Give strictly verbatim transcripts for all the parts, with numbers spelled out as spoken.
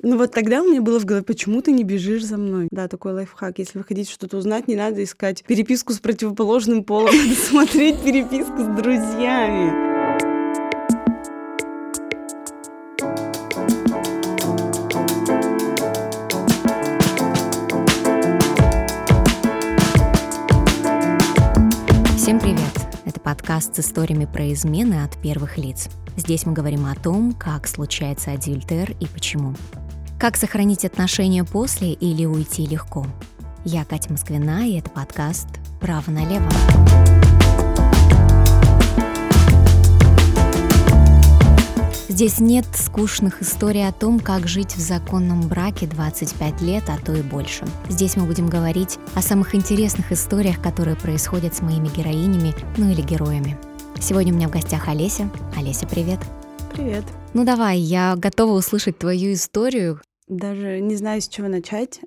Ну вот тогда у меня было в голове, почему ты не бежишь за мной? Да, такой лайфхак. Если вы хотите что-то узнать, не надо искать переписку с противоположным полом, надо смотреть переписку с друзьями. Всем привет! Это подкаст с историями про измены от первых лиц. Здесь мы говорим о том, как случается адюльтер и почему. Как сохранить отношения после или уйти легко. Я Катя Москвина, и это подкаст «Право налево». Здесь нет скучных историй о том, как жить в законном браке двадцать пять лет, а то и больше. Здесь мы будем говорить о самых интересных историях, которые происходят с моими героинями, ну или героями. Сегодня у меня в гостях Олеся. Олеся, привет. Привет. Ну давай, я готова услышать твою историю. Даже не знаю, с чего начать.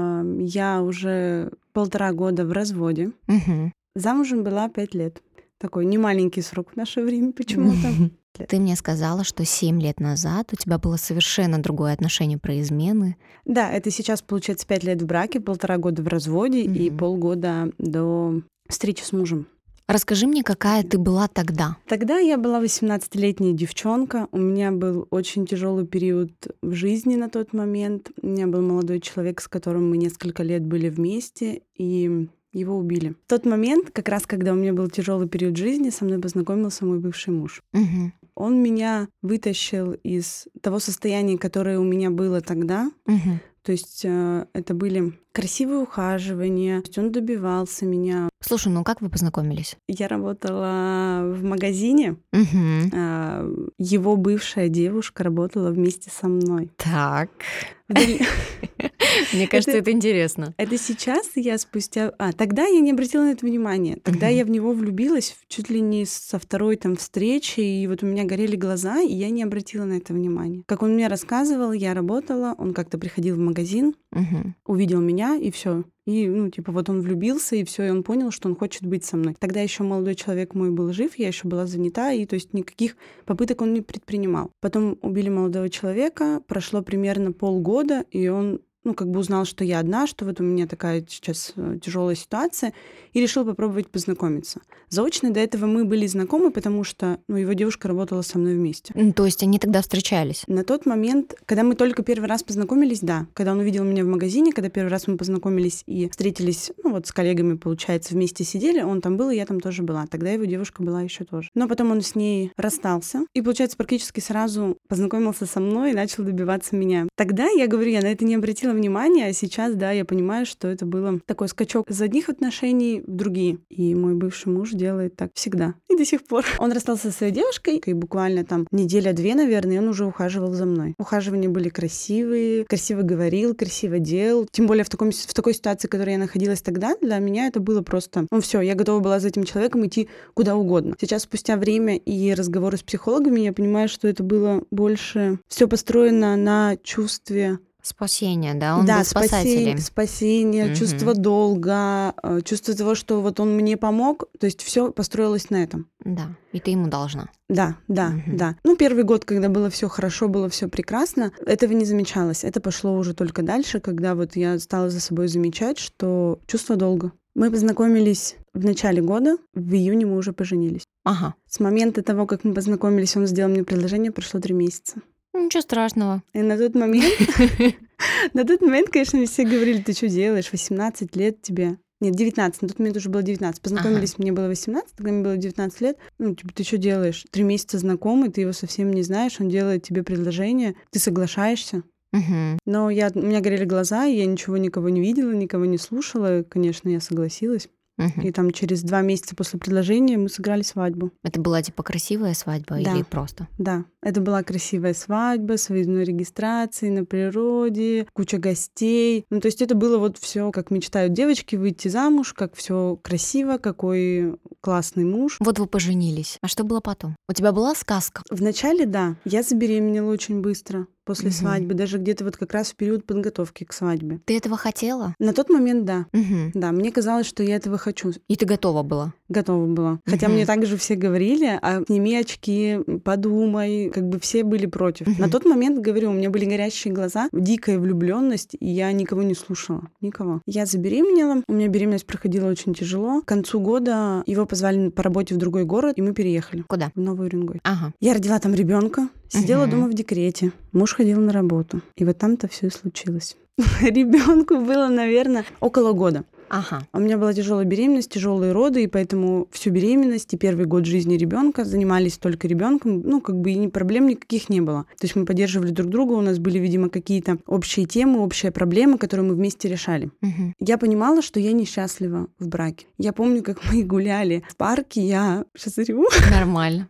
Я уже полтора года в разводе. Угу. Замужем была пять лет. Такой немаленький срок в наше время почему-то. Ты мне сказала, что семь лет назад у тебя было совершенно другое отношение про измены. Да, это сейчас, получается, пять лет в браке, полтора года в разводе Мгм. и полгода до встречи с мужем. Расскажи мне, какая ты была тогда. Тогда я была восемнадцатилетняя девчонка. У меня был очень тяжелый период в жизни на тот момент. У меня был молодой человек, с которым мы несколько лет были вместе, и его убили. В тот момент, как раз когда у меня был тяжелый период жизни, со мной познакомился мой бывший муж. Угу. Он меня вытащил из того состояния, которое у меня было тогда. Угу. То есть э, это были красивые ухаживания, то есть он добивался меня. Слушай, ну как вы познакомились? Я работала в магазине, Угу. а, его бывшая девушка работала вместе со мной. Так. В даль- Мне кажется, Это- это интересно. Это сейчас я спустя... А, тогда я не обратила на это внимания. Тогда Мгм. я в него влюбилась чуть ли не со второй там встречи, и вот у меня горели глаза, и я не обратила на это внимания. Как он мне рассказывал, я работала, он как-то приходил в магазин, Угу. увидел меня, и все. И, ну, типа, вот он влюбился, и все, и он понял, что он хочет быть со мной. Тогда еще молодой человек мой был жив, я еще была занята, и, то есть, никаких попыток он не предпринимал. Потом убили молодого человека, прошло примерно полгода, и он, ну, как бы узнал, что я одна, что вот у меня такая сейчас тяжелая ситуация, и решил попробовать познакомиться. Заочно до этого мы были знакомы, потому что, ну, его девушка работала со мной вместе. М, То есть они тогда встречались? На тот момент, когда мы только первый раз познакомились, да. Когда он увидел меня в магазине, когда первый раз мы познакомились и встретились, ну вот с коллегами, получается, вместе сидели, он там был, и я там тоже была. Тогда его девушка была еще тоже. Но потом он с ней расстался, и, получается, практически сразу познакомился со мной и начал добиваться меня. Тогда, я говорю, я на это не обратила внимания, а сейчас, да, я понимаю, что это было такой скачок из одних отношений в другие. И мой бывший муж делает так всегда. И до сих пор. Он расстался со своей девушкой, и буквально там неделя-две, наверное, и он уже ухаживал за мной. Ухаживания были красивые, красиво говорил, красиво делал. Тем более в, таком, в такой ситуации, в которой я находилась тогда, для меня это было просто... Ну все, я готова была за этим человеком идти куда угодно. Сейчас, спустя время и разговоры с психологами, я понимаю, что это было больше... Все построено на чувстве... Спасение, да? Он да, был спасателем. спасение, спасение, Мгм. чувство долга, э, чувство того, что вот он мне помог. То есть все построилось на этом. Да. И ты ему должна. Да, да, Мгм. да. Ну, первый год, когда было все хорошо, было все прекрасно, этого не замечалось. Это пошло уже только дальше, когда вот я стала за собой замечать, что чувство долга. Мы познакомились в начале года, в июне мы уже поженились. Ага. С момента того, как мы познакомились, он сделал мне предложение, прошло три месяца. Ничего страшного. И на тот момент, на тот момент, конечно, мне все говорили, ты что делаешь, восемнадцать лет тебе. Нет, девятнадцать, на тот момент уже было девятнадцать. Познакомились, мне было восемнадцать, тогда мне было девятнадцать лет. Ну, типа, ты что делаешь? Три месяца знакомый, ты его совсем не знаешь, он делает тебе предложение, ты соглашаешься. Мгм. Но я, у меня горели глаза, и я ничего никого не видела, никого не слушала. И, конечно, я согласилась. Мгм. И там через два месяца после предложения мы сыграли свадьбу. Это была типа красивая свадьба Да. или просто? Да, это была красивая свадьба с выездной регистрацией на природе, куча гостей. Ну, то есть это было вот все, как мечтают девочки, выйти замуж, как все красиво, какой классный муж. Вот вы поженились. А что было потом? У тебя была сказка? Вначале, да, я забеременела очень быстро после Мгм. свадьбы, даже где-то вот как раз в период подготовки к свадьбе. Ты этого хотела? На тот момент, да. Мгм. Да, мне казалось, что я этого хочу. И ты готова была? готова была. Хотя Мгм. мне также все говорили, а сними очки, подумай, как бы все были против. Мгм. На тот момент, говорю, у меня были горящие глаза, дикая влюбленность, и я никого не слушала. Никого. Я забеременела, у меня беременность проходила очень тяжело. К концу года его позвали по работе в другой город, и мы переехали. Куда? В Новый Уренгой. Ага. Я родила там ребенка, сидела Мгм. дома в декрете. Муж ходил на работу. И вот там-то все и случилось. Ребенку было, наверное, около года. Ага. У меня была тяжелая беременность, тяжелые роды, и поэтому всю беременность и первый год жизни ребенка занимались только ребенком. Ну, как бы и проблем никаких не было. То есть мы поддерживали друг друга, у нас были, видимо, какие-то общие темы, общие проблемы, которые мы вместе решали. Мгм. Я понимала, что я несчастлива в браке. Я помню, как мы гуляли в парке, я сейчас реву. Нормально.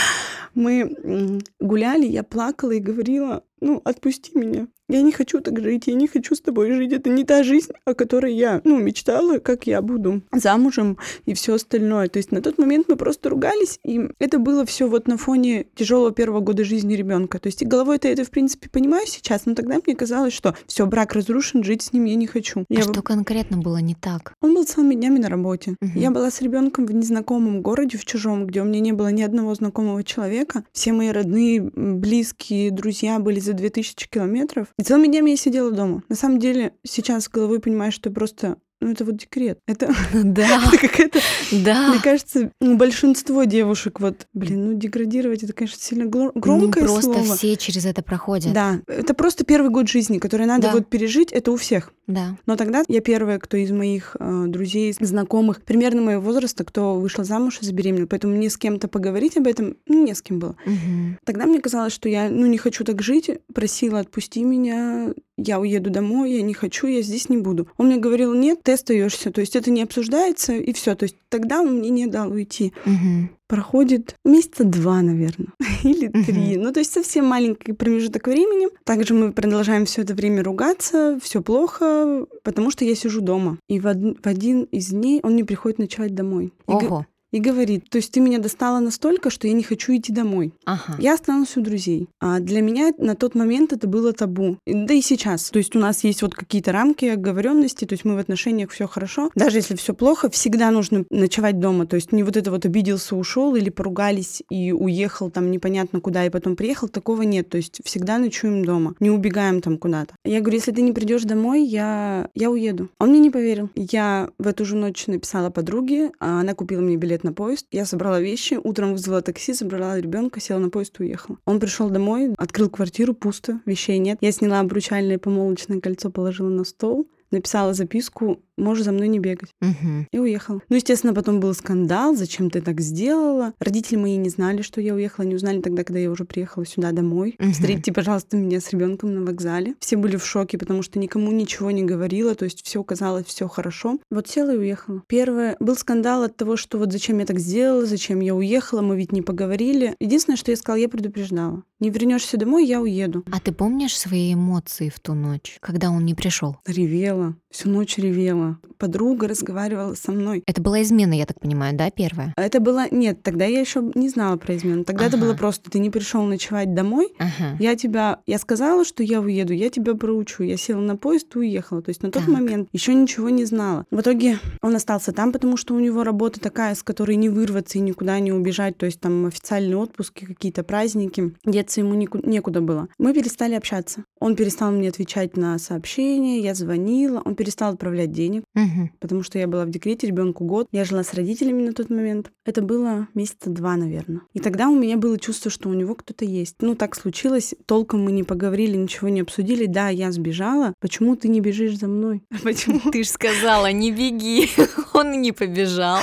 Мы м, гуляли, я плакала и говорила, ну, отпусти меня. Я не хочу так жить, я не хочу с тобой жить. Это не та жизнь, о которой я, ну, мечтала, как я буду замужем и все остальное. То есть на тот момент мы просто ругались, и это было все вот на фоне тяжелого первого года жизни ребенка. То есть и головой-то я это, в принципе, понимаю сейчас, но тогда мне казалось, что все, брак разрушен, жить с ним я не хочу. А Я что конкретно было не так? Он был целыми днями на работе. Мгм. Я была с ребенком в незнакомом городе, в чужом, где у меня не было ни одного знакомого человека. Все мои родные, м, близкие, друзья были за две тысячи километров. И целыми днями я сидела дома. На самом деле, сейчас с головой понимаю, что просто... Ну, это вот декрет. Это, Да, это какая-то... да. Мне кажется, ну, большинство девушек вот... Блин, ну, деградировать — это, конечно, сильно гло- Ну, громкое просто слово. все через это проходят. Да, это просто первый год жизни, который надо Да. вот пережить. Это у всех. Да. Но тогда я первая, кто из моих э, друзей, знакомых, примерно моего возраста, кто вышла замуж и забеременела. Поэтому мне с кем-то поговорить об этом, ну, не с кем было. Мгм. Тогда мне казалось, что я, ну, не хочу так жить, просила, отпусти меня, я уеду домой, я не хочу, я здесь не буду. Он мне говорил, нет, ты остаешься, то есть это не обсуждается, и все. То есть тогда он мне не дал уйти. Мгм. Проходит месяца два, наверное, или три. Мгм. Ну, то есть совсем маленький промежуток времени. Также мы продолжаем все это время ругаться, все плохо, потому что я сижу дома. И в, од- в один из дней он не приходит ночевать домой. И, г- Ого. и говорит, то есть ты меня достала настолько, что я не хочу идти домой. Ага. Я останусь у друзей. А для меня на тот момент это было табу. И- Да и сейчас. То есть у нас есть вот какие-то рамки оговоренности, то есть мы в отношениях все хорошо. Даже если все плохо, всегда нужно ночевать дома. То есть не вот это вот обиделся, ушел или поругались и уехал там непонятно куда и потом приехал. Такого нет. То есть всегда ночуем дома. Не убегаем там куда-то. Я говорю, если ты не придешь домой, я, я уеду. Он мне не поверил. Я в эту же ночь написала подруге, а она купила мне билет на поезд. Я собрала вещи, утром вызвала такси, забрала ребенка, села на поезд и уехала. Он пришел домой, открыл квартиру, пусто, вещей нет. Я сняла обручальное помолвочное кольцо, положила на стол, написала записку: можешь за мной не бегать. Мгм. И уехала. Ну, естественно, потом был скандал, зачем ты так сделала. Родители мои не знали, что я уехала, не узнали тогда, когда я уже приехала сюда домой. Мгм. Встретите, пожалуйста, меня с ребенком на вокзале. Все были в шоке, потому что никому ничего не говорила, то есть все казалось, все хорошо. Вот села и уехала. Первое, был скандал от того, что вот зачем я так сделала, зачем я уехала, мы ведь не поговорили. Единственное, что я сказала, я предупреждала. Не вернешься домой, я уеду. А ты помнишь свои эмоции в ту ночь, когда он не пришел? Ревела, всю ночь ревела. Подруга разговаривала со мной. Это была измена, я так понимаю, да, первая? А это было... Нет, тогда я еще не знала про измену. Тогда это Ага. было просто, ты не пришел ночевать домой, Ага. я тебя... Я сказала, что я уеду, я тебя проучу. Я села на поезд и уехала. То есть на тот Так. момент еще ничего не знала. В итоге он остался там, потому что у него работа такая, с которой не вырваться и никуда не убежать. То есть там официальные отпуски, какие-то праздники. Деться ему нику- некуда было. Мы перестали общаться. Он перестал мне отвечать на сообщения, я звонила, он перестал отправлять денег, Мгм. потому что я была в декрете, ребенку год. Я жила с родителями на тот момент. Это было месяца два, наверное. И тогда у меня было чувство, что у него кто-то есть. Ну, так случилось. Толком мы не поговорили, ничего не обсудили. Да, я сбежала. Почему ты не бежишь за мной? Почему? Ты ж сказала, не беги. Он и не побежал.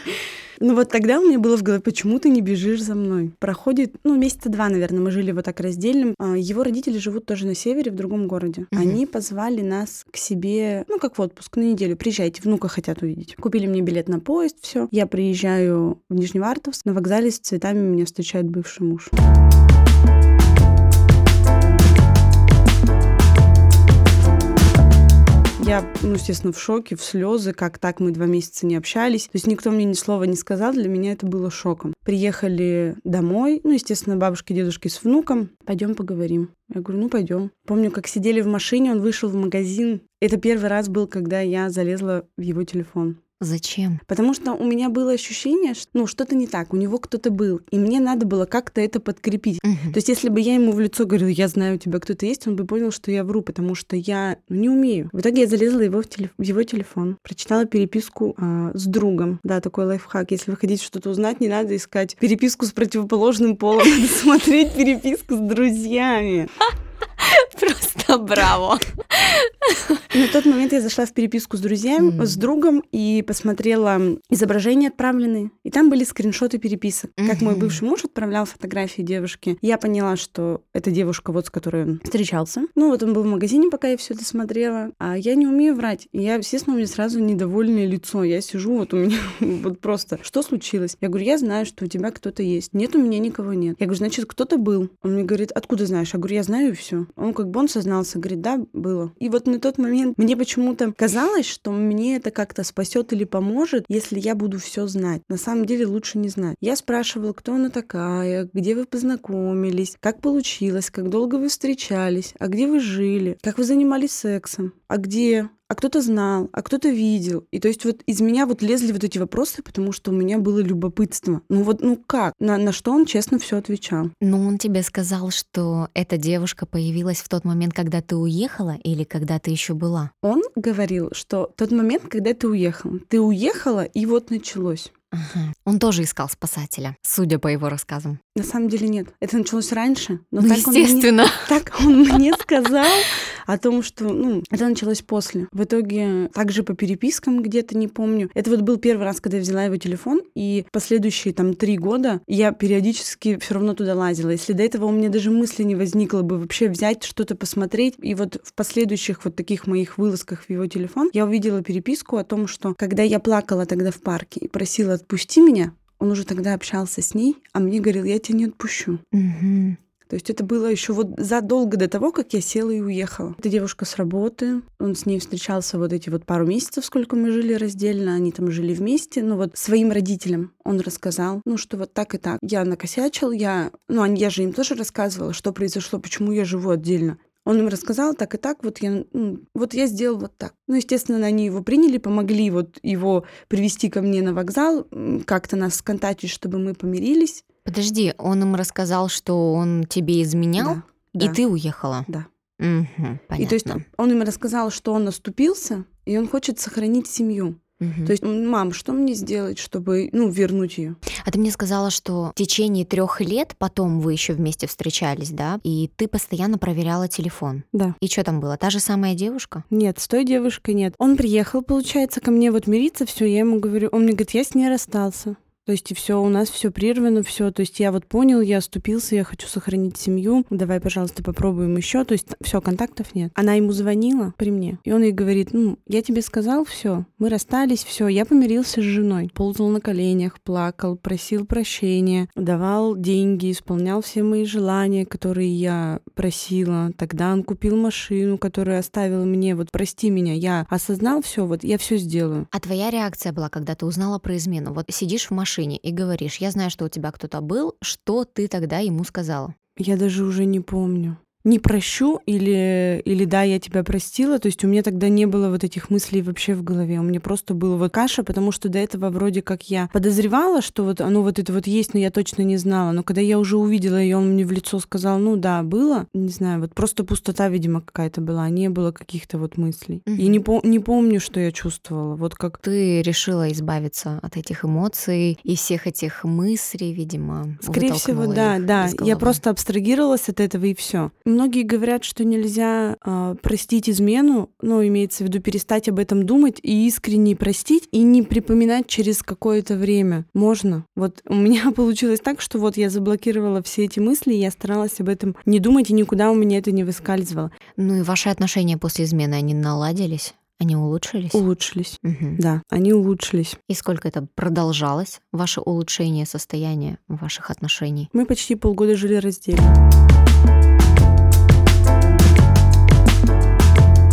Ну вот тогда у меня было в голове, почему ты не бежишь за мной? Проходит, ну, месяца два, наверное, мы жили вот так раздельным. А, Его родители живут тоже на севере, в другом городе. Мгм. Они позвали нас к себе, ну, как в отпуск, на неделю. Приезжайте, внука хотят увидеть. Купили мне билет на поезд, все. Я приезжаю в Нижневартовск. На вокзале с цветами меня встречает бывший муж. Я, ну, естественно, в шоке, в слезы, как так мы два месяца не общались. То есть никто мне ни слова не сказал, для меня это было шоком. Приехали домой, ну, естественно, бабушки, дедушки с внуком. Пойдем поговорим. Я говорю, ну, пойдем. Помню, как сидели в машине, он вышел в магазин. Это первый раз был, когда я залезла в его телефон. Зачем? Потому что у меня было ощущение, что ну, что-то не так, у него кто-то был, и мне надо было как-то это подкрепить. Мгм. То есть если бы я ему в лицо говорила, я знаю, у тебя кто-то есть, он бы понял, что я вру, потому что я ну, не умею. В итоге я залезла его в, телеф- в его телефон, прочитала переписку а, с другом. Да, такой лайфхак. Если вы хотите что-то узнать, не надо искать переписку с противоположным полом, надо смотреть переписку с друзьями. Просто браво. И на тот момент я зашла в переписку с друзьями, М. с другом и посмотрела изображения отправленные. И там были скриншоты переписок. Как мой Мгм. бывший муж отправлял фотографии девушки. Я поняла, что это девушка, вот с которой он встречался. Ну вот он был в магазине, пока я все это смотрела. А я не умею врать. И я, естественно, у меня сразу недовольное лицо. Я сижу, вот у меня вот просто, что случилось? Я говорю, я знаю, что у тебя кто-то есть. Нет, у меня никого нет. Я говорю, значит, кто-то был. Он мне говорит, откуда знаешь? Я говорю, я знаю и все. Он как бы он сознался, говорит, да, было. И вот на тот момент мне почему-то казалось, что мне это как-то спасет или поможет, если я буду все знать. На самом деле лучше не знать. Я спрашивала, кто она такая, где вы познакомились, как получилось, как долго вы встречались, а где вы жили, как вы занимались сексом, а где, а кто-то знал, а кто-то видел. И то есть вот из меня вот лезли вот эти вопросы, потому что у меня было любопытство. Ну вот, ну как? На, на что он честно все отвечал. Ну, он тебе сказал, что эта девушка появилась в тот момент, когда ты уехала или когда ты еще была? Он говорил, что тот момент, когда ты уехала, ты уехала, и вот началось. Ага. Он тоже искал спасателя, судя по его рассказам. На самом деле нет. Это началось раньше, но Ну, так, он мне, естественно. так он мне сказал о том, что ну, это началось после. В итоге также по перепискам где-то, не помню. Это вот был первый раз, когда я взяла его телефон, и последующие там три года я периодически все равно туда лазила. Если до этого у меня даже мысли не возникло бы вообще взять что-то посмотреть, и вот в последующих вот таких моих вылазках в его телефон я увидела переписку о том, что когда я плакала тогда в парке и просила «отпусти меня», он уже тогда общался с ней, а мне говорил, я тебя не отпущу. Мгм. То есть это было еще вот задолго до того, как я села и уехала. Эта девушка с работы, он с ней встречался вот эти вот пару месяцев, сколько мы жили раздельно, они там жили вместе. Ну вот своим родителям он рассказал, ну что вот так и так. Я накосячил, я, ну они- я же им тоже рассказывала, что произошло, почему я живу отдельно. Он им рассказал так и так, вот я, ну, вот я сделал вот так. Ну, естественно, они его приняли, помогли вот его привести ко мне на вокзал, м, как-то нас сконтактить, чтобы мы помирились. Подожди, он им рассказал, что он тебе изменял, Да, и да, ты уехала? да. Мгм, И то есть понятно. он им рассказал, что он оступился, и он хочет сохранить семью. Мгм. То есть, м, мам, что мне сделать, чтобы, ну, вернуть ее? А ты мне сказала, что в течение трех лет потом вы еще вместе встречались, да? И ты постоянно проверяла телефон. Да. И что там было? Та же самая девушка? Нет, с той девушкой нет. Он приехал, получается, ко мне вот мириться, все, я ему говорю, он мне говорит, я с ней расстался. То есть и все, у нас все прервано, все. То есть я вот понял, я оступился, я хочу сохранить семью. Давай, пожалуйста, попробуем еще. То есть все, контактов нет. Она ему звонила при мне, и он ей говорит, ну, я тебе сказал, все, мы расстались, все, я помирился с женой. Ползал на коленях, плакал, просил прощения, давал деньги, исполнял все мои желания, которые я просила. Тогда он купил машину, которую оставил мне. Вот прости меня, я осознал все, вот я все сделаю. А твоя реакция была, когда ты узнала про измену? Вот сидишь в машине и говоришь, я знаю, что у тебя кто-то был, что ты тогда ему сказала? Я даже уже не помню. Не прощу или, или да, я тебя простила. То есть у меня тогда не было вот этих мыслей вообще в голове. У меня просто была вот каша, потому что до этого вроде как я подозревала, что вот оно вот это вот есть, но я точно не знала. Но когда я уже увидела ее, он мне в лицо сказал, ну да, было. Не знаю, вот просто пустота, видимо, какая-то была. Не было каких-то вот мыслей. Мгм. И не, пом- не помню, что я чувствовала. Вот как... Ты решила избавиться от этих эмоций и всех этих мыслей, видимо, Скорее всего, вытолкнула да, их да. из Я головы. просто абстрагировалась от этого и все. Многие говорят, что нельзя э, простить измену, ну, имеется в виду перестать об этом думать и искренне простить, и не припоминать через какое-то время. Можно. Вот у меня получилось так, что вот я заблокировала все эти мысли, и я старалась об этом не думать, и никуда у меня это не выскальзывало. Ну и ваши отношения после измены, они наладились? Они улучшились? Улучшились. Мгм. Да, они улучшились. И сколько это продолжалось, ваше улучшение состояния ваших отношений? Мы почти полгода жили раздельно. Когда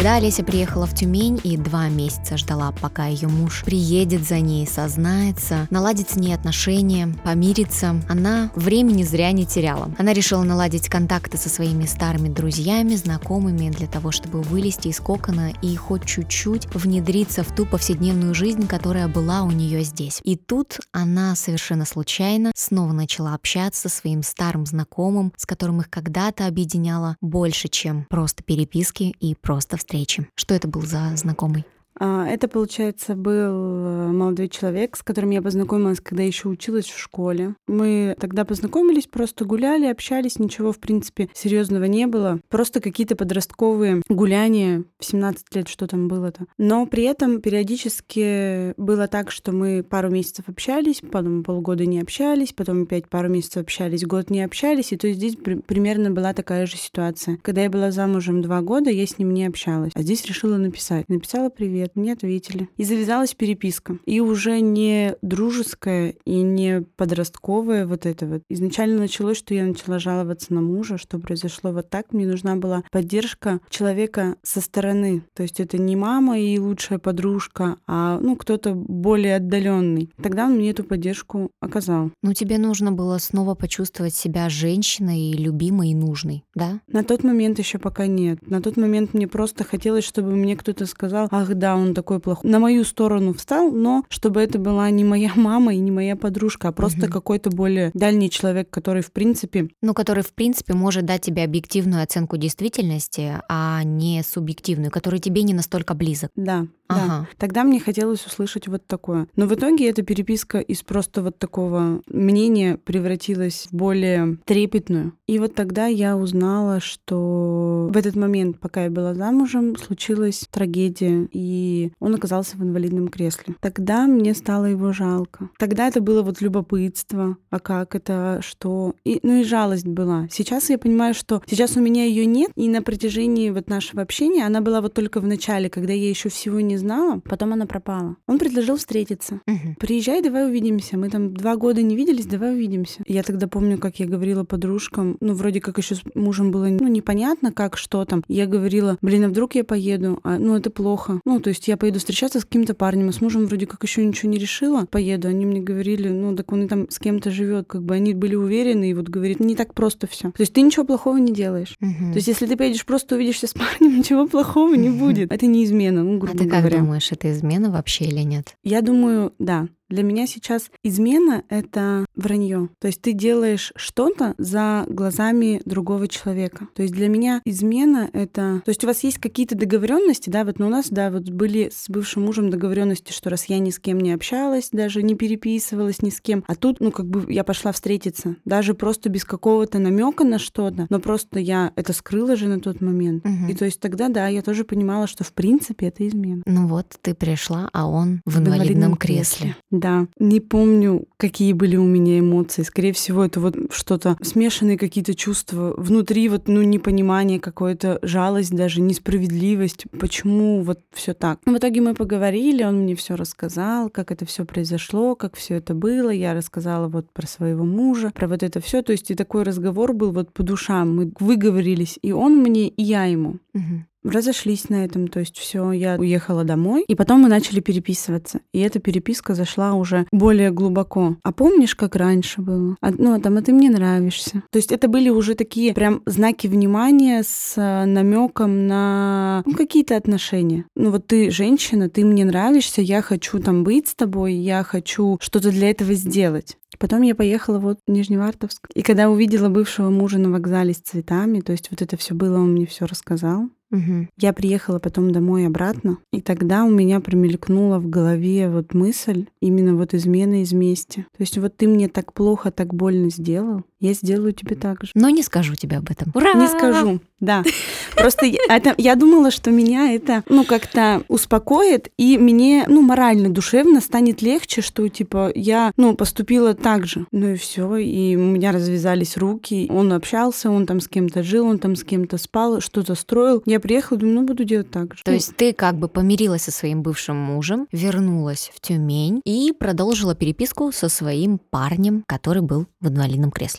Когда Олеся приехала в Тюмень и два месяца ждала, пока ее муж приедет за ней, сознается, наладить с ней отношения, помириться, она времени зря не теряла. Она решила наладить контакты со своими старыми друзьями, знакомыми для того, чтобы вылезти из кокона и хоть чуть-чуть внедриться в ту повседневную жизнь, которая была у нее здесь. И тут она совершенно случайно снова начала общаться со своим старым знакомым, с которым их когда-то объединяло больше, чем просто переписки и просто встречи. Что это был за знакомый? Это, получается, был молодой человек, с которым я познакомилась, когда еще училась в школе. Мы тогда познакомились, просто гуляли, общались, ничего, в принципе, серьезного не было. Просто какие-то подростковые гуляния, в семнадцать лет, что там было-то. Но при этом периодически было так, что мы пару месяцев общались, потом полгода не общались, потом опять пару месяцев общались, год не общались. И то есть здесь при- примерно была такая же ситуация. Когда я была замужем два года, я с ним не общалась. А здесь решила написать. Написала «Привет». Мне ответили. И завязалась переписка. И уже не дружеская и не подростковая вот это вот. Изначально началось, что я начала жаловаться на мужа, что произошло вот так. Мне нужна была поддержка человека со стороны. То есть это не мама и лучшая подружка, а ну кто-то более отдаленный. Тогда он мне эту поддержку оказал. Ну, тебе нужно было снова почувствовать себя женщиной, любимой и нужной, да? На тот момент еще пока нет. На тот момент мне просто хотелось, чтобы мне кто-то сказал: ах да, он такой плохой. На мою сторону встал, но чтобы это была не моя мама и не моя подружка, а просто угу. какой-то более дальний человек, который в принципе... Ну, который в принципе может дать тебе объективную оценку действительности, а не субъективную, который тебе не настолько близок. Да. Ага. Да. Тогда мне хотелось услышать вот такое. Но в итоге эта переписка из просто вот такого мнения превратилась в более трепетную. И вот тогда я узнала, что в этот момент, пока я была замужем, случилась трагедия, и он оказался в инвалидном кресле. Тогда мне стало его жалко. Тогда это было вот любопытство, а как это, что... И, ну и жалость была. Сейчас я понимаю, что сейчас у меня ее нет, и на протяжении вот нашего общения она была вот только в начале, когда я еще всего не знала, потом она пропала. Он предложил встретиться. Угу. Приезжай, давай увидимся. Мы там два года не виделись, давай увидимся. И я тогда помню, как я говорила подружкам, ну, вроде как еще с мужем было, ну, непонятно, как, что там. Я говорила: блин, а вдруг я поеду? А, ну, это плохо. Ну, то есть я поеду встречаться с каким-то парнем, а с мужем вроде как еще ничего не решила. Поеду. Они мне говорили: ну, так он и там с кем-то живет. Как бы они были уверены, и вот говорит, не так просто все. То есть ты ничего плохого не делаешь. Угу. То есть если ты поедешь, просто увидишься с парнем, ничего плохого не будет. Это не измена, ну, грубо говоря. А ты как говоря. думаешь, это измена вообще или нет? Я думаю, да. Для меня сейчас измена — это вранье. То есть ты делаешь что-то за глазами другого человека. То есть для меня измена — это... То есть у вас есть какие-то договоренности, да, вот, но у нас, да, вот были с бывшим мужем договоренности, что раз я ни с кем не общалась, даже не переписывалась ни с кем, а тут, ну, как бы я пошла встретиться, даже просто без какого-то намека на что-то, но просто я это скрыла же на тот момент. Угу. И то есть тогда, да, я тоже понимала, что в принципе это измена. Ну вот, ты пришла, а он в, в инвалидном, инвалидном кресле. кресле. Да, не помню, какие были у меня эмоции. Скорее всего, это вот что-то, смешанные какие-то чувства. Внутри вот, ну, непонимание какое-то, жалость даже, несправедливость. Почему вот все так? В итоге мы поговорили, он мне все рассказал, как это все произошло, как все это было. Я рассказала вот про своего мужа, про вот это все. То есть и такой разговор был вот по душам. Мы выговорились, и он мне, и я ему. Угу. Разошлись на этом, то есть все, я уехала домой, и потом мы начали переписываться. И эта переписка зашла уже более глубоко. А помнишь, как раньше было? А, ну, а там, а ты мне нравишься. То есть это были уже такие прям знаки внимания с намеком на ну, какие-то отношения. Ну вот ты женщина, ты мне нравишься, я хочу там быть с тобой, я хочу что-то для этого сделать. Потом я поехала вот в Нижневартовск. И когда увидела бывшего мужа на вокзале с цветами, то есть вот это все было, он мне все рассказал. Угу. Я приехала потом домой обратно, и тогда у меня промелькнула в голове вот мысль именно вот измена из мести. То есть вот ты мне так плохо, так больно сделал, я сделаю тебе так же. Но не скажу тебе об этом. Ура! Не скажу, да. Просто я, это, я думала, что меня это, ну, как-то успокоит, и мне, ну, морально, душевно станет легче, что, типа, я, ну, поступила так же. Ну и все, и у меня развязались руки. Он общался, он там с кем-то жил, он там с кем-то спал, что-то строил. Я приехала, думаю, ну, буду делать так же. То есть ты как бы помирилась со своим бывшим мужем, вернулась в Тюмень и продолжила переписку со своим парнем, который был в инвалидном кресле.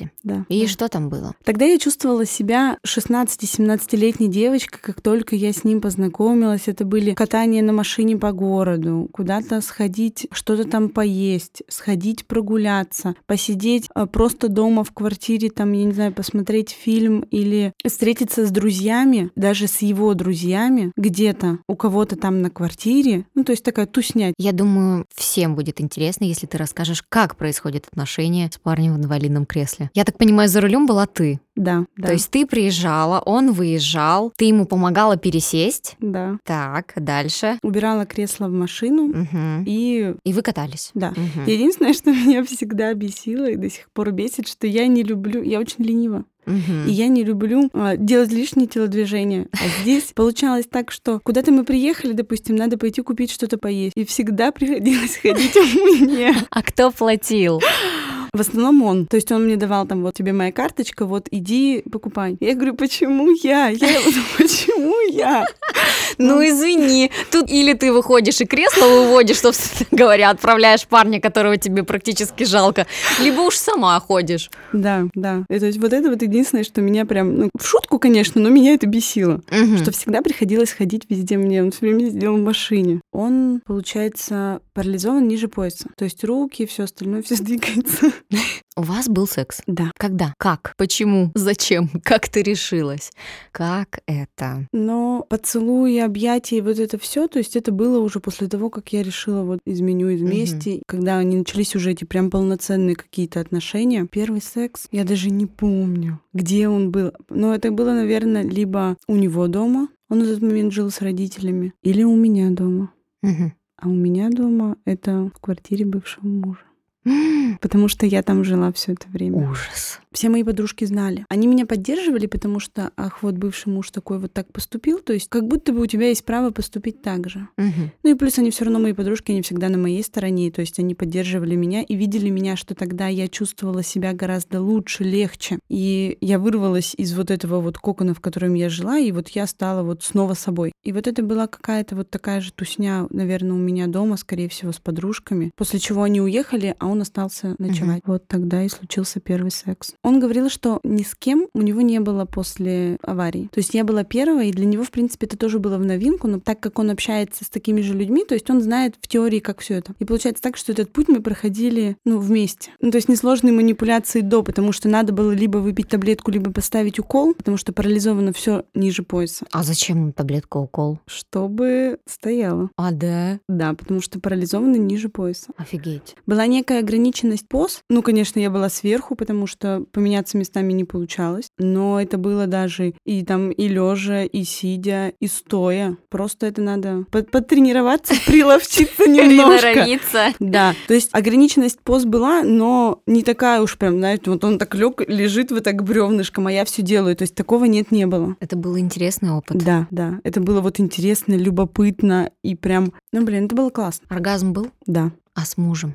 квартире. Да. И да. что там было? Тогда я чувствовала себя шестнадцати-семнадцатилетней девочкой, как только я с ним познакомилась. Это были катания на машине по городу, куда-то сходить, что-то там поесть, сходить прогуляться, посидеть а, просто дома в квартире, там, я не знаю, посмотреть фильм или встретиться с друзьями, даже с его друзьями, где-то у кого-то там на квартире. Ну, то есть такая тусня. Я думаю, всем будет интересно, если ты расскажешь, как происходят отношения с парнем в инвалидном кресле. Я так понимаю, за рулем была ты. Да, да. То есть ты приезжала, он выезжал, ты ему помогала пересесть. Да. Так, дальше. Убирала кресло в машину Мгм. и... И вы катались. Да. Мгм. Единственное, что меня всегда бесило и до сих пор бесит, что я не люблю... Я очень ленива. Мгм. И я не люблю а, делать лишние телодвижения. А здесь получалось так, что куда-то мы приехали, допустим, надо пойти купить что-то поесть. И всегда приходилось ходить у меня. А кто платил? В основном он. То есть он мне давал там, вот тебе моя карточка, вот иди покупай. Я говорю, почему я? Я почему я? Ну, извини, тут или ты выходишь и кресло выводишь, собственно говоря, отправляешь парня, которого тебе практически жалко, либо уж сама ходишь. Да, да. И то есть вот это вот единственное, что меня прям, ну, в шутку, конечно, но меня это бесило. Мгм. Что всегда приходилось ходить везде мне. Он все время сидел в машине. Он, получается, парализован ниже пояса. То есть руки, все остальное, все двигается. У вас был секс? Да. Когда? Как? Почему? Зачем? Как ты решилась? Как это? Но поцелуи, объятия и вот это все, то есть это было уже после того, как я решила вот изменю из вместе, когда они начались уже эти прям полноценные какие-то отношения. Первый секс, я даже не помню, где он был. Но это было, наверное, либо у него дома, он в этот момент жил с родителями, или у меня дома. Мгм. А у меня дома это в квартире бывшего мужа. Потому что я там жила все это время. Ужас. Все мои подружки знали. Они меня поддерживали, потому что, ах, вот бывший муж такой вот так поступил. То есть как будто бы у тебя есть право поступить так же. Мгм. Ну и плюс они все равно, мои подружки, они всегда на моей стороне. То есть они поддерживали меня и видели меня, что тогда я чувствовала себя гораздо лучше, легче. И я вырвалась из вот этого вот кокона, в котором я жила, и вот я стала вот снова собой. И вот это была какая-то вот такая же тусня, наверное, у меня дома, скорее всего, с подружками. После чего они уехали, а он остался ночевать. Вот тогда и случился первый секс. Он говорил, что ни с кем у него не было после аварии. То есть я была первой, и для него, в принципе, это тоже было в новинку, но так как он общается с такими же людьми, то есть он знает в теории, как все это. И получается так, что этот путь мы проходили, ну, вместе. Ну, то есть несложные манипуляции до, потому что надо было либо выпить таблетку, либо поставить укол, потому что парализовано все ниже пояса. А зачем таблетка укол? Чтобы стояло. А, да? Да, потому что парализованы ниже пояса. Офигеть. Была некая ограниченность поз. Ну, конечно, я была сверху, потому что поменяться местами не получалось. Но это было даже и там и лежа, и сидя, и стоя. Просто это надо под- потренироваться, приловчиться немножко. Приноровиться. Да, то есть ограниченность поз была, но не такая уж прям, знаете, вот он так лег, лежит вот так бревнышком, а я все делаю. То есть такого нет, не было. Это был интересный опыт. Да, да, это было вот интересно, любопытно и прям, ну, блин, это было классно. Оргазм был? Да. А с мужем?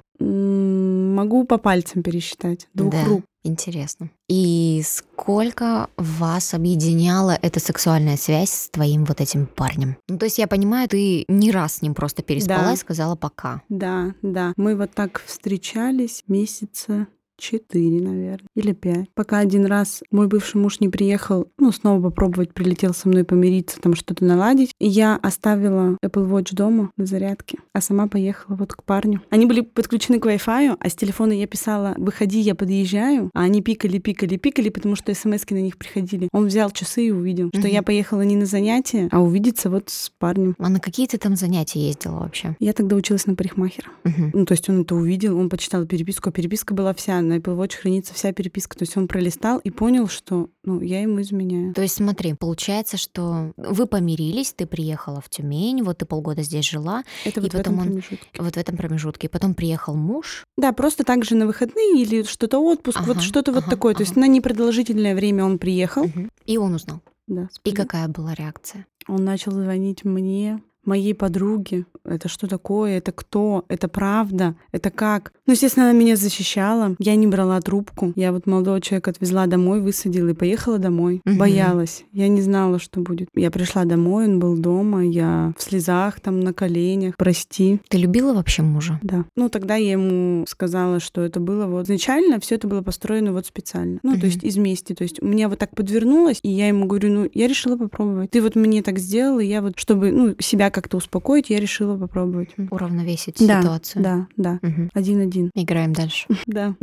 М, Могу по пальцам пересчитать. Двух Да. рук. Интересно. И сколько вас объединяла эта сексуальная связь с твоим вот этим парнем? Ну, то есть я понимаю, ты не раз с ним просто переспала Да. и сказала пока. Да, да. Мы вот так встречались месяца четыре, наверное, или пять. Пока один раз мой бывший муж не приехал, ну, снова попробовать, прилетел со мной помириться, там что-то наладить. И я оставила Apple Watch дома на зарядке, а сама поехала вот к парню. Они были подключены к Wi-Fi, а с телефона я писала: выходи, я подъезжаю. А они пикали, пикали, пикали, потому что смс-ки на них приходили. Он взял часы и увидел, что Мгм. я поехала не на занятия, а увидеться вот с парнем. А на какие ты там занятия ездила вообще? Я тогда училась на парикмахера. Мгм. Ну, то есть он это увидел, он почитал переписку, а переписка была вся, на Apple Watch хранится вся переписка. То есть он пролистал и понял, что, ну, я ему изменяю. То есть смотри, получается, что вы помирились, ты приехала в Тюмень, вот ты полгода здесь жила, Это и вот в потом этом он промежутке. вот в этом промежутке. Потом приехал муж. Да, просто так же на выходные или что-то отпуск, вот Ага, что-то вот ага, такое. То есть ага. на непродолжительное время он приехал. Мгм. И он узнал. Да, И спали. какая была реакция? Он начал звонить мне, моей подруге. Это что такое? Это кто? Это правда? Это как? Ну, естественно, она меня защищала. Я не брала трубку. Я вот молодого человека отвезла домой, высадила и поехала домой. Угу. Боялась. Я не знала, что будет. Я пришла домой, он был дома, я в слезах, там, на коленях. Прости. Ты любила вообще мужа? Да. Ну, тогда я ему сказала, что это было вот... Изначально все это было построено вот специально. Ну, угу. то есть из мести. То есть у меня вот так подвернулось, и я ему говорю, ну, я решила попробовать. Ты вот мне так сделала, и я вот, чтобы, ну, себя как-то успокоить, я решила попробовать. Уравновесить да, ситуацию. Да, да, да. Один-один. Играем дальше. Да.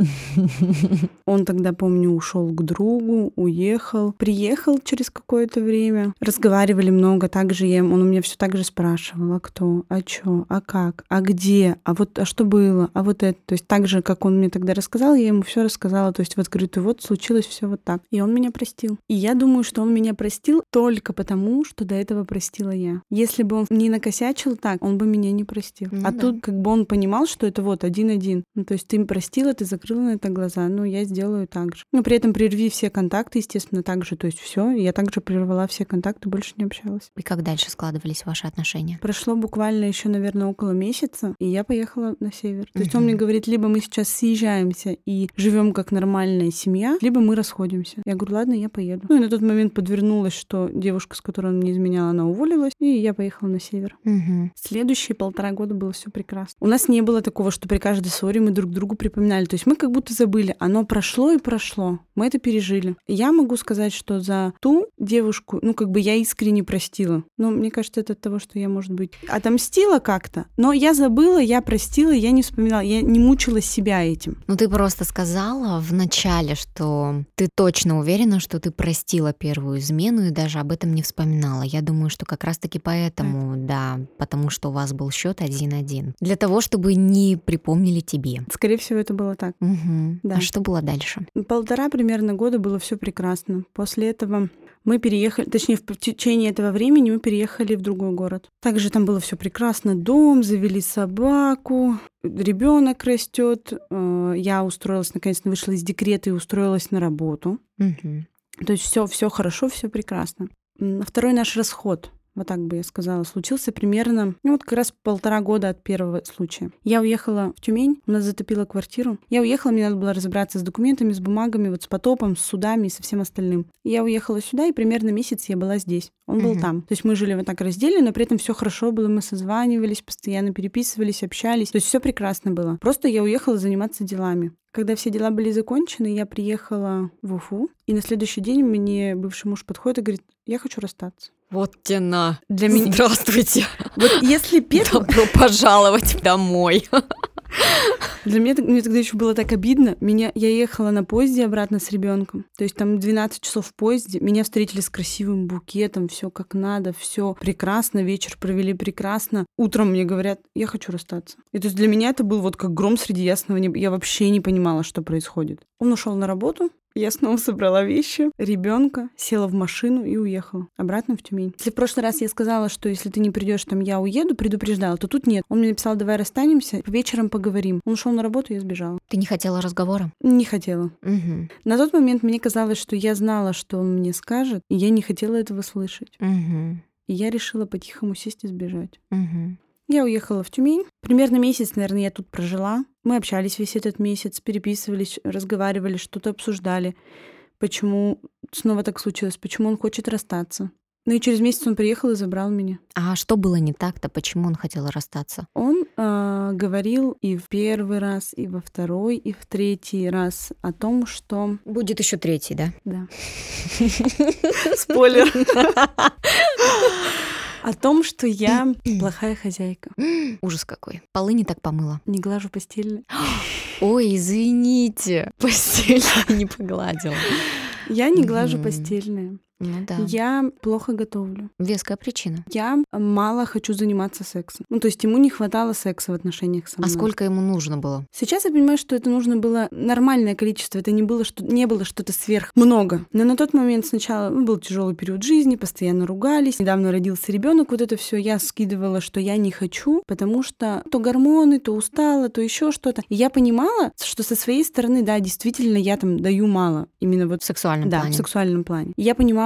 Он тогда, помню, ушел к другу, уехал, приехал через какое-то время. Разговаривали много. Также я, он у меня все так же спрашивал, а кто, а чё, а как, а где, а вот, а что было, а вот это. То есть так же, как он мне тогда рассказал, я ему все рассказала. То есть в открытую, вот случилось все вот так. И он меня простил. И я думаю, что он меня простил только потому, что до этого простила я. Если бы он не накосячил так, он бы меня не простил. Ну, а да. Тут как бы он понимал, что это вот один-один. Ну, то есть ты простила, ты закрыла на это глаза, ну, я сделаю так же. Но при этом прерви все контакты, естественно, так же. То есть все, я также прервала все контакты, больше не общалась. И как дальше складывались ваши отношения? Прошло буквально еще, наверное, около месяца, и я поехала на север. То есть uh-huh. он мне говорит, либо мы сейчас съезжаемся и живем как нормальная семья, либо мы расходимся. Я говорю, ладно, я поеду. Ну и на тот момент подвернулось, что девушка, с которой он мне изменял, она уволилась, и я поехала на север. Uh-huh. Следующие полтора года было все прекрасно. У нас не было такого, что при каждой ссоре мы друг другу припоминали. То есть мы как будто забыли. Оно прошло и прошло. Мы это пережили. Я могу сказать, что за ту девушку, ну, как бы я искренне простила. Но мне кажется, это от того, что я, может быть, отомстила как-то. Но я забыла, я простила, я не вспоминала, я не мучила себя этим. Ну, ты просто сказала в начале, что ты точно уверена, что ты простила первую измену и даже об этом не вспоминала. Я думаю, что как раз-таки поэтому, так. да, потому что у вас был счет один-один. Для того, чтобы не припомнили тебе. Скорее всего, это было так. Угу. Да. А что было дальше? Полтора примерно года было все прекрасно. После этого мы переехали, точнее, в течение этого времени мы переехали в другой город. Также там было все прекрасно. Дом, завели собаку, ребенок растет. Я устроилась, наконец-то вышла из декрета и устроилась на работу. Угу. То есть все, все хорошо, все прекрасно. Второй наш расход. Вот так бы я сказала, случился примерно, ну вот как раз полтора года от первого случая. Я уехала в Тюмень, у нас затопило квартиру. Я уехала, мне надо было разобраться с документами, с бумагами, вот с потопом, с судами и со всем остальным. Я уехала сюда, и примерно месяц я была здесь. Он был uh-huh. там. То есть мы жили вот так раздельно, но при этом все хорошо было, мы созванивались, постоянно переписывались, общались. То есть все прекрасно было. Просто я уехала заниматься делами. Когда все дела были закончены, я приехала в Уфу, и на следующий день мне бывший муж подходит и говорит, я хочу расстаться. Вот тена. Для меня... Здравствуйте. Вот если первый... Добро пожаловать домой. Для меня мне тогда еще было так обидно. Меня, я ехала на поезде обратно с ребенком. То есть там двенадцать часов в поезде. Меня встретили с красивым букетом, все как надо, все прекрасно, вечер провели прекрасно. Утром мне говорят, я хочу расстаться. И то есть для меня это был вот как гром среди ясного неба. Я вообще не понимала, что происходит. Он ушел на работу. Я снова собрала вещи, ребенка, села в машину и уехала обратно в Тюмень. Если в прошлый раз я сказала, что если ты не придешь, там я уеду, предупреждала, то тут нет. Он мне написал, давай расстанемся, вечером поговорим. Он ушел на работу, я сбежала. Ты не хотела разговора? Не хотела. Угу. На тот момент мне казалось, что я знала, что он мне скажет, и я не хотела этого слышать. Угу. И я решила по-тихому сесть и сбежать. Угу. Я уехала в Тюмень. Примерно месяц, наверное, я тут прожила. Мы общались весь этот месяц, переписывались, разговаривали, что-то обсуждали. Почему снова так случилось, почему он хочет расстаться. Ну и через месяц он приехал и забрал меня. А что было не так-то? Почему он хотел расстаться? Он э, говорил и в первый раз, и во второй, и в третий раз о том, что... Будет еще третий, да? Да. Спойлер. О том, что я плохая хозяйка. Ужас какой. Полы не так помыла. Не глажу постельное. Ой, извините. Постель не погладила. Я не глажу постельное. Ну да. Я плохо готовлю. Веская причина. Я мало хочу заниматься сексом. Ну, то есть ему не хватало секса в отношениях со мной. А сколько ему нужно было? Сейчас я понимаю, что это нужно было нормальное количество. Это не было, что не было что-то сверх много. Но на тот момент сначала ну, был тяжелый период жизни, постоянно ругались. Недавно родился ребенок, вот это все я скидывала, что я не хочу, потому что то гормоны, то устала, то еще что-то. И я понимала, что со своей стороны, да, действительно, я там даю мало. Именно вот в сексуальном да, плане. в сексуальном плане. И я понимала,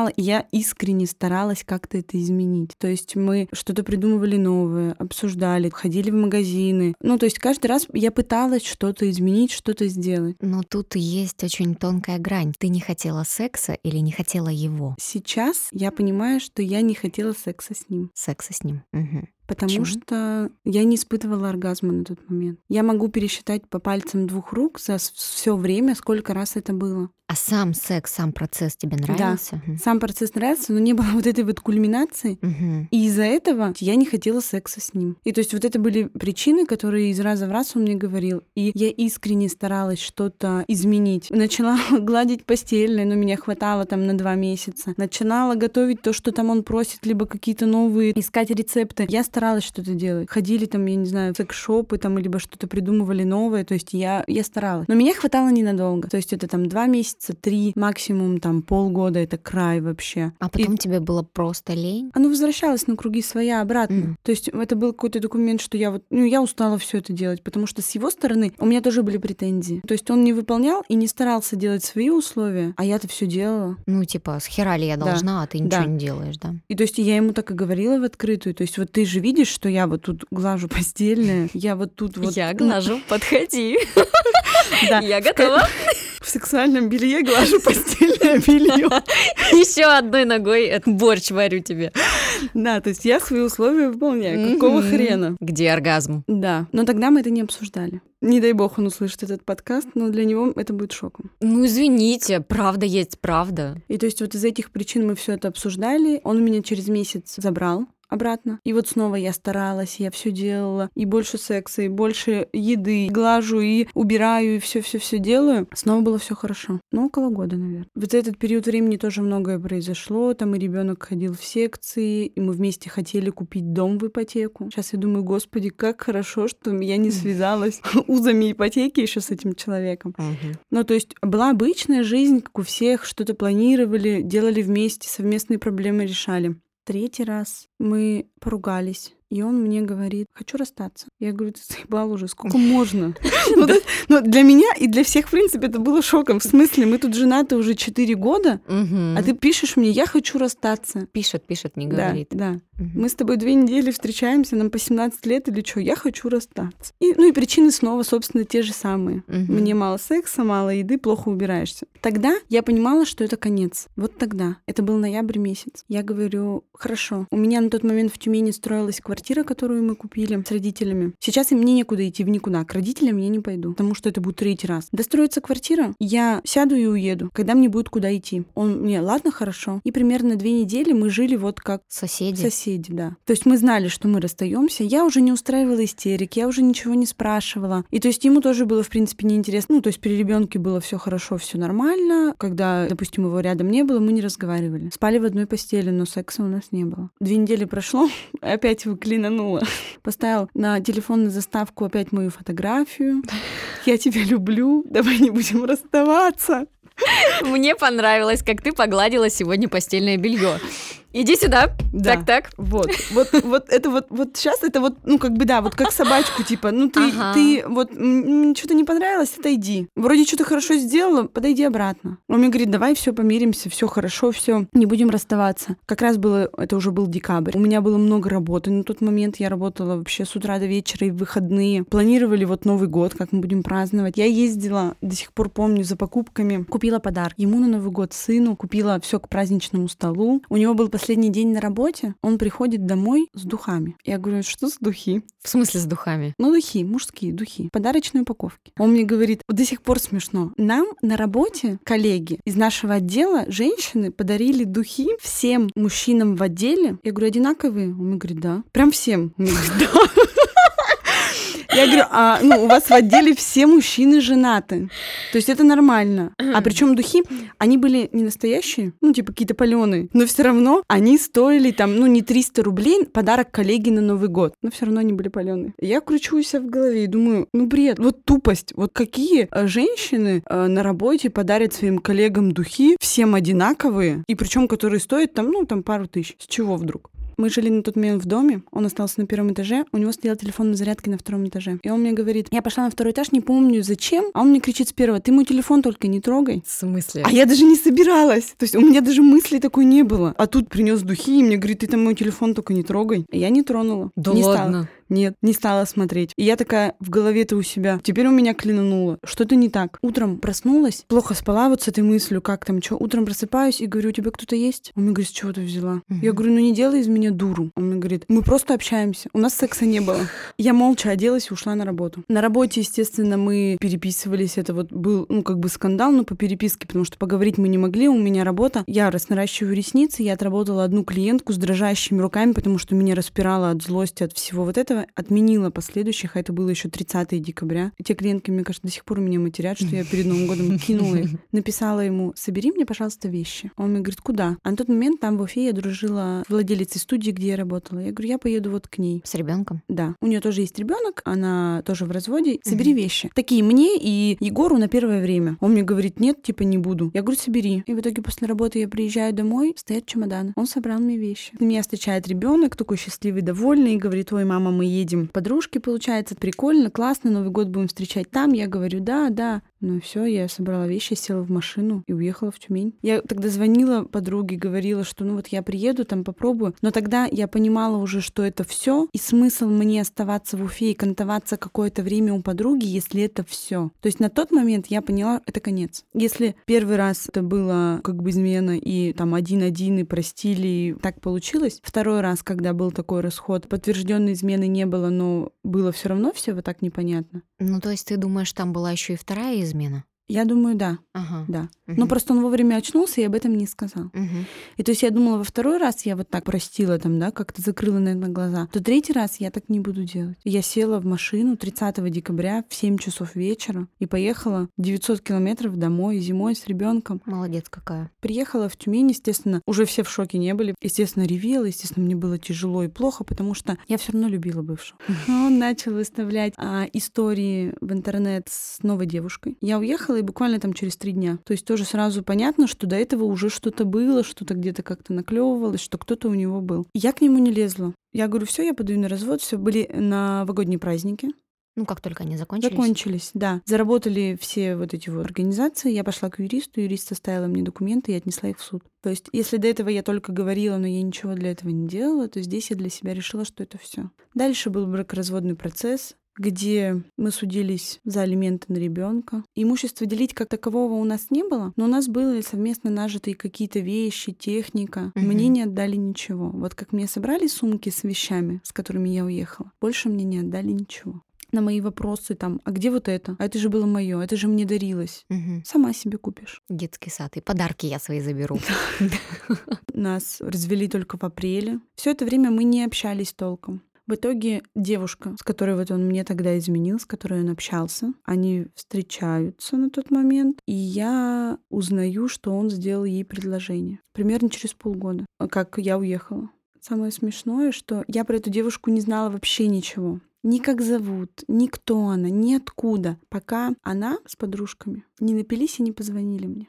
стало, и я искренне старалась как-то это изменить. То есть мы что-то придумывали новое, обсуждали, ходили в магазины. Ну, то есть каждый раз я пыталась что-то изменить, что-то сделать. Но тут есть очень тонкая грань. Ты не хотела секса или не хотела его? Сейчас я понимаю, что я не хотела секса с ним. Секса с ним. Угу. Потому Почему? что я не испытывала оргазма на тот момент. Я могу пересчитать по пальцам двух рук за все время, сколько раз это было. А сам секс, сам процесс тебе нравился? Да, сам процесс нравился, но не было вот этой вот кульминации. Угу. И из-за этого я не хотела секса с ним. И то есть вот это были причины, которые из раза в раз он мне говорил. И я искренне старалась что-то изменить. Начала гладить постельное, но меня хватало там на два месяца. Начинала готовить то, что там он просит, либо какие-то новые, искать рецепты. Я старалась что-то делать. Ходили там, я не знаю, в секс-шопы там, либо что-то придумывали новое. То есть я, я старалась. Но меня хватало ненадолго. То есть это там два месяца, три, максимум там полгода, это край вообще. А потом и... тебе было просто лень? Оно возвращалось на круги своя обратно. Mm. То есть это был какой-то документ, что я вот, ну, я устала все это делать, потому что с его стороны у меня тоже были претензии. То есть он не выполнял и не старался делать свои условия, а я-то все делала. Ну, типа, с хера ли я должна, да. а ты ничего да. не делаешь, да? И то есть я ему так и говорила в открытую. То есть вот ты же видишь, что я вот тут глажу постельное, я вот тут вот... Я глажу, подходи. Я готова. В сексуальном белье глажу постельное белье. Еще одной ногой борщ варю тебе. Да, то есть я свои условия выполняю. Какого хрена? Где оргазм? Да, но тогда мы это не обсуждали. Не дай бог он услышит этот подкаст, но для него это будет шоком. Ну, извините, правда есть правда. И то есть вот из этих причин мы все это обсуждали. Он меня через месяц забрал обратно. И вот снова я старалась, я все делала, и больше секса, и больше еды, и глажу, и убираю, и все-все-все делаю. Снова было все хорошо. Ну, около года, наверное. Вот за этот период времени тоже многое произошло. Там и ребенок ходил в секции, и мы вместе хотели купить дом в ипотеку. Сейчас я думаю, господи, как хорошо, что я не связалась узами ипотеки еще с этим человеком. Ну, то есть была обычная жизнь, как у всех, что-то планировали, делали вместе, совместные проблемы решали. Третий раз мы поругались, и он мне говорит: хочу расстаться. Я говорю: ты заебал уже, сколько можно? Но для меня и для всех, в принципе, это было шоком. В смысле, мы тут женаты уже четыре года, а ты пишешь мне: я хочу расстаться. Пишет, пишет, не говорит. Да, да. Мы с тобой две недели встречаемся, нам по семнадцать лет или что, я хочу расстаться. И, ну и причины снова, собственно, те же самые. Мне мало секса, мало еды, плохо убираешься. Тогда я понимала, что это конец. Вот тогда. Это был ноябрь месяц. Я говорю: хорошо. У меня на тот момент в Тюмени строилась квартира, которую мы купили с родителями. Сейчас и мне некуда идти в никуда. К родителям я не пойду, потому что это будет третий раз. Достроится квартира, я сяду и уеду, когда мне будет куда идти. Он мне: ладно, хорошо. И примерно две недели мы жили вот как соседи. Соседи, да. То есть мы знали, что мы расстаемся. Я уже не устраивала истерик, я уже ничего не спрашивала. И то есть ему тоже было, в принципе, неинтересно. Ну, то есть при ребенке было все хорошо, все нормально. Когда, допустим, его рядом не было, мы не разговаривали. Спали в одной постели, но секса у нас не было. Две недели прошло, опять его клинануло. Поставил на телефон на заставку опять мою фотографию. Я тебя люблю, давай не будем расставаться. Мне понравилось, как ты погладила сегодня постельное белье. Иди сюда. Да. Так, так. Вот, вот, вот это вот, вот сейчас это вот, ну как бы да, вот как собачку типа, ну ты, ага. ты вот что-то не понравилось, отойди. Вроде что-то хорошо сделала, подойди обратно. Он мне говорит: давай все помиримся, все хорошо, все, не будем расставаться. Как раз было, это уже был декабрь. У меня было много работы. На тот момент я работала вообще с утра до вечера и в выходные. Планировали вот Новый год, как мы будем праздновать. Я ездила, до сих пор помню, за покупками. Купила подарок ему на Новый год, сыну, купила все к праздничному столу. У него был последний день на работе, он приходит домой с духами. Я говорю: что за духи? В смысле с духами? Ну, духи, мужские духи, подарочной упаковки. Он мне говорит: до сих пор смешно. Нам на работе коллеги из нашего отдела, женщины, подарили духи всем мужчинам в отделе. Я говорю: одинаковые? Он мне говорит: да. Прям всем? Он мне говорит: да. Я говорю: а ну, у вас в отделе все мужчины женаты. То есть это нормально. А причем духи, они были не настоящие, ну, типа какие-то паленые, но все равно они стоили там, ну, не триста рублей, подарок коллеге на Новый год. Но все равно они были паленые. Я кручу себя в голове и думаю: ну, бред, вот тупость. Вот какие женщины на работе подарят своим коллегам духи, всем одинаковые, и причем которые стоят там, ну, там пару тысяч. С чего вдруг? Мы жили на тот момент в доме, он остался на первом этаже, у него стоял телефон на зарядке на втором этаже. И он мне говорит, я пошла на второй этаж, не помню зачем, а он мне кричит с первого, ты мой телефон только не трогай. В смысле? А я даже не собиралась. То есть у меня даже мысли такой не было. А тут принес духи и мне говорит, ты там мой телефон только не трогай. Я не тронула. Да не ладно? Стала. Нет, не стала смотреть. И я такая в голове-то у себя. Теперь у меня клянуло. Что-то не так. Утром проснулась, плохо спала вот с этой мыслью, как там, что. Утром просыпаюсь и говорю, у тебя кто-то есть? Он мне говорит, с чего ты взяла? Мгм. Я говорю, ну не делай из меня дуру. Он мне говорит, мы просто общаемся. У нас секса не было. Я молча оделась и ушла на работу. На работе, естественно, мы переписывались. Это вот был, ну, как бы скандал, но по переписке, потому что поговорить мы не могли. У меня работа. Я раз наращиваю ресницы. Я отработала одну клиентку с дрожащими руками, потому что меня распирало от злости, от всего вот этого. Отменила последующих, а это было еще тридцатого декабря. И те клиентки, мне кажется, до сих пор меня матерят, что я перед Новым годом кинула их. Написала ему, собери мне, пожалуйста, вещи. Он мне говорит, куда? А на тот момент там в Уфе я дружила с владелицей студии, где я работала. Я говорю, я поеду вот к ней. С ребенком? Да. У нее тоже есть ребенок, она тоже в разводе. Собери вещи. Такие мне и Егору на первое время. Он мне говорит, нет, типа не буду. Я говорю, собери. И в итоге после работы я приезжаю домой, стоят чемоданы. Он собрал мне вещи. Меня встречает ребенок, такой счастливый, довольный, и говорит, ой, мама, мы едем. Подружки, получается, прикольно, классно, Новый год будем встречать там. Я говорю, да, да. Ну все, я собрала вещи, села в машину и уехала в Тюмень. Я тогда звонила подруге, говорила, что ну вот я приеду, там попробую. Но тогда я понимала уже, что это все, и смысл мне оставаться в Уфе и кантоваться какое-то время у подруги, если это все. То есть на тот момент я поняла, это конец. Если первый раз это было как бы измена, и там один-один, и простили, и так получилось. Второй раз, когда был такой расход, подтвержденной измены не было, но было все равно все вот так непонятно. Ну, то есть ты думаешь, там была еще и вторая измена? Я думаю, да. Ага. Да. Мгм. Но просто он вовремя очнулся и об этом не сказал. Мгм. И то есть я думала, во второй раз я вот так простила там, да, как-то закрыла, наверное, глаза. То третий раз я так не буду делать. Я села в машину тридцатого декабря в семь часов вечера и поехала девятьсот километров домой зимой с ребенком. Молодец какая. Приехала в Тюмень, естественно, уже все в шоке не были. Естественно, ревела, естественно, мне было тяжело и плохо, потому что я все равно любила бывшего. Он начал выставлять а, истории в интернет с новой девушкой. Я уехала и буквально там через три дня. То есть тоже сразу понятно, что до этого уже что-то было, что-то где-то как-то наклевывалось, что кто-то у него был. Я к нему не лезла. Я говорю, все, я подаю на развод, все были новогодние праздники. Ну, как только они закончились. Закончились, да. Заработали все вот эти вот организации. Я пошла к юристу, юрист составила мне документы и отнесла их в суд. То есть, если до этого я только говорила, но я ничего для этого не делала, то здесь я для себя решила, что это все. Дальше был бракоразводный процесс, где мы судились за алименты на ребенка. Имущество делить как такового у нас не было, но у нас были совместно нажитые какие-то вещи, техника. Мгм. Мне не отдали ничего. Вот как мне собрали сумки с вещами, с которыми я уехала, больше мне не отдали ничего. На мои вопросы там, а где вот это? А это же было мое, это же мне дарилось. Мгм. Сама себе купишь. Детский сад. И подарки я свои заберу. Нас развели только в апреле. Все это время мы не общались толком. В итоге девушка, с которой вот он мне тогда изменил, с которой он общался, они встречаются на тот момент, и я узнаю, что он сделал ей предложение. Примерно через полгода, как я уехала. Самое смешное, что я про эту девушку не знала вообще ничего. Ни как зовут, ни кто она, ни откуда, пока она с подружками не напились и не позвонили мне.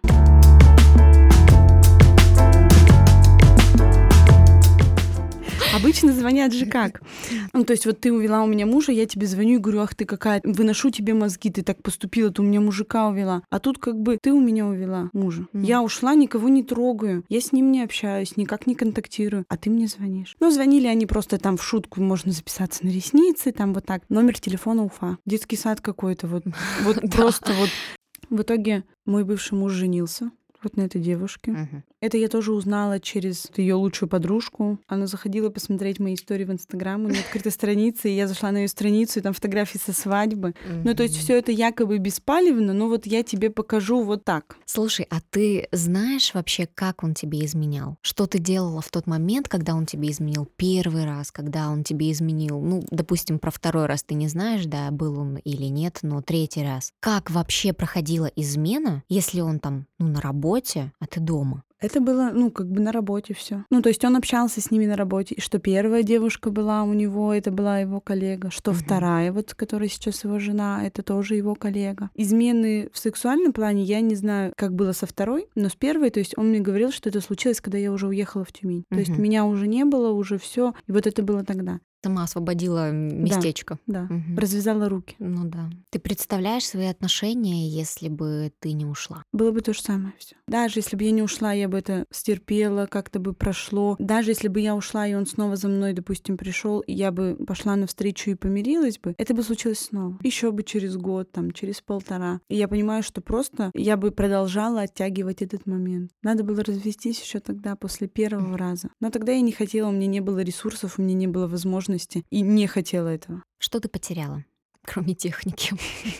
Обычно звонят же как? Ну, то есть вот ты увела у меня мужа, я тебе звоню и говорю, ах ты какая, выношу тебе мозги, ты так поступила, ты у меня мужика увела. А тут как бы ты у меня увела мужа. Мгм. Я ушла, никого не трогаю, я с ним не общаюсь, никак не контактирую, а ты мне звонишь. Ну, звонили они просто там в шутку, можно записаться на ресницы, там вот так. Номер телефона Уфа. Детский сад какой-то, вот, вот Да. просто вот. В итоге мой бывший муж женился вот на этой девушке. Мгм. Это я тоже узнала через ее лучшую подружку. Она заходила посмотреть мои истории в Инстаграм, у нее открыта страница, и я зашла на ее страницу, и там фотографии со свадьбы. Ну, то есть Мгм. все это якобы беспалевно, но вот я тебе покажу вот так. Слушай, а ты знаешь вообще, как он тебе изменял? Что ты делала в тот момент, когда он тебе изменил первый раз, когда он тебе изменил? Ну, допустим, про второй раз ты не знаешь, да, был он или нет, но третий раз. Как вообще проходила измена, если он там, ну, на работе, а ты дома? Это было, ну, как бы на работе все. Ну, то есть он общался с ними на работе, и что первая девушка была у него, это была его коллега, что Мгм. вторая, вот, которая сейчас его жена, это тоже его коллега. Измены в сексуальном плане я не знаю, как было со второй, но с первой, то есть он мне говорил, что это случилось, когда я уже уехала в Тюмень. То есть Мгм. меня уже не было, уже все, и вот это было тогда. Сама освободила м, Да. местечко. Да, Мгм. развязала руки. Ну да. Ты представляешь свои отношения, если бы ты не ушла? Было бы то же самое все. Даже если бы я не ушла, я бы это стерпела, как-то бы прошло. Даже если бы я ушла, и он снова за мной, допустим, пришел, и я бы пошла навстречу и помирилась бы, это бы случилось снова. Еще бы через год, там, через полтора. И я понимаю, что просто я бы продолжала оттягивать этот момент. Надо было развестись еще тогда, после первого раза. Но тогда я не хотела, у меня не было ресурсов, у меня не было возможности, и не хотела этого. Что ты потеряла, кроме техники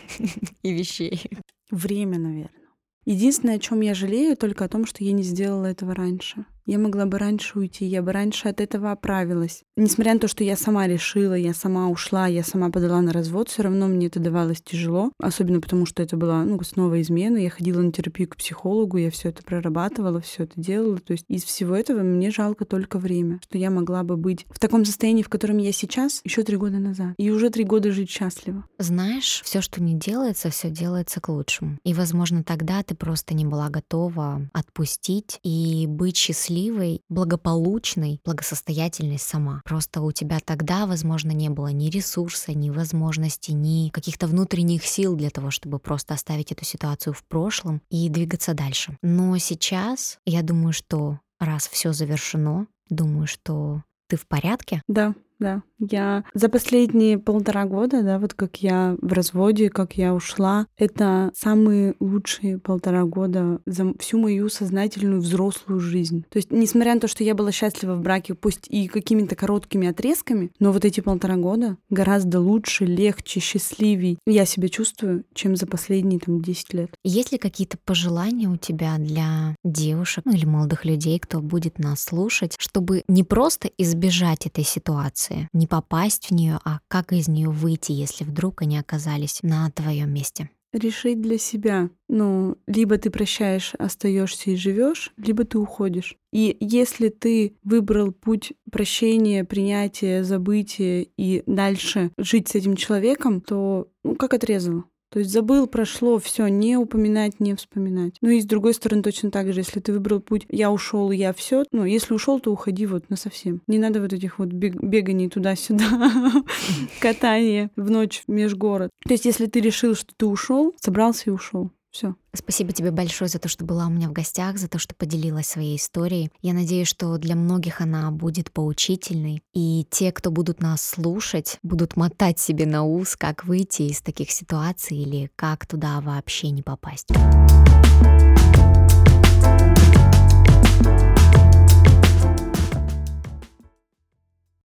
и вещей? Время, наверное. Единственное, о чем я жалею, только о том, что я не сделала этого раньше. Я могла бы раньше уйти, я бы раньше от этого оправилась. Несмотря на то, что я сама решила, я сама ушла, я сама подала на развод, все равно мне это давалось тяжело. Особенно потому, что это была, ну, снова измена. Я ходила на терапию к психологу, я все это прорабатывала, все это делала. То есть из всего этого мне жалко только время, что я могла бы быть в таком состоянии, в котором я сейчас, еще три года назад. И уже три года жить счастливо. Знаешь, все, что не делается, все делается к лучшему. И, возможно, тогда ты просто не была готова отпустить и быть счастливой, благополучной, благосостоятельной сама. Просто у тебя тогда, возможно, не было ни ресурса, ни возможности, ни каких-то внутренних сил для того, чтобы просто оставить эту ситуацию в прошлом и двигаться дальше. Но сейчас, я думаю, что раз все завершено, думаю, что ты в порядке. Да, да. Я за последние полтора года, да, вот как я в разводе, как я ушла, это самые лучшие полтора года за всю мою сознательную взрослую жизнь. То есть, несмотря на то, что я была счастлива в браке, пусть и какими-то короткими отрезками, но вот эти полтора года гораздо лучше, легче, счастливей я себя чувствую, чем за последние там десять лет. Есть ли какие-то пожелания у тебя для девушек, ну, или молодых людей, кто будет нас слушать, чтобы не просто избежать этой ситуации, не попасть в нее, а как из нее выйти, если вдруг они оказались на твоем месте? Решить для себя. Ну, либо ты прощаешь, остаешься и живешь, либо ты уходишь. И если ты выбрал путь прощения, принятия, забытия и дальше жить с этим человеком, то ну как отрезало. То есть забыл, прошло, все, не упоминать, не вспоминать. Ну и с другой стороны, точно так же, если ты выбрал путь, я ушел, я все, ну, если ушел, то уходи вот насовсем. Не надо вот этих вот бег- беганий туда-сюда, катания в ночь межгород. То есть, если ты решил, что ты ушел, собрался и ушел. Все. Спасибо тебе большое за то, что была у меня в гостях, за то, что поделилась своей историей. Я надеюсь, что для многих она будет поучительной. И те, кто будут нас слушать, будут мотать себе на ус, как выйти из таких ситуаций или как туда вообще не попасть.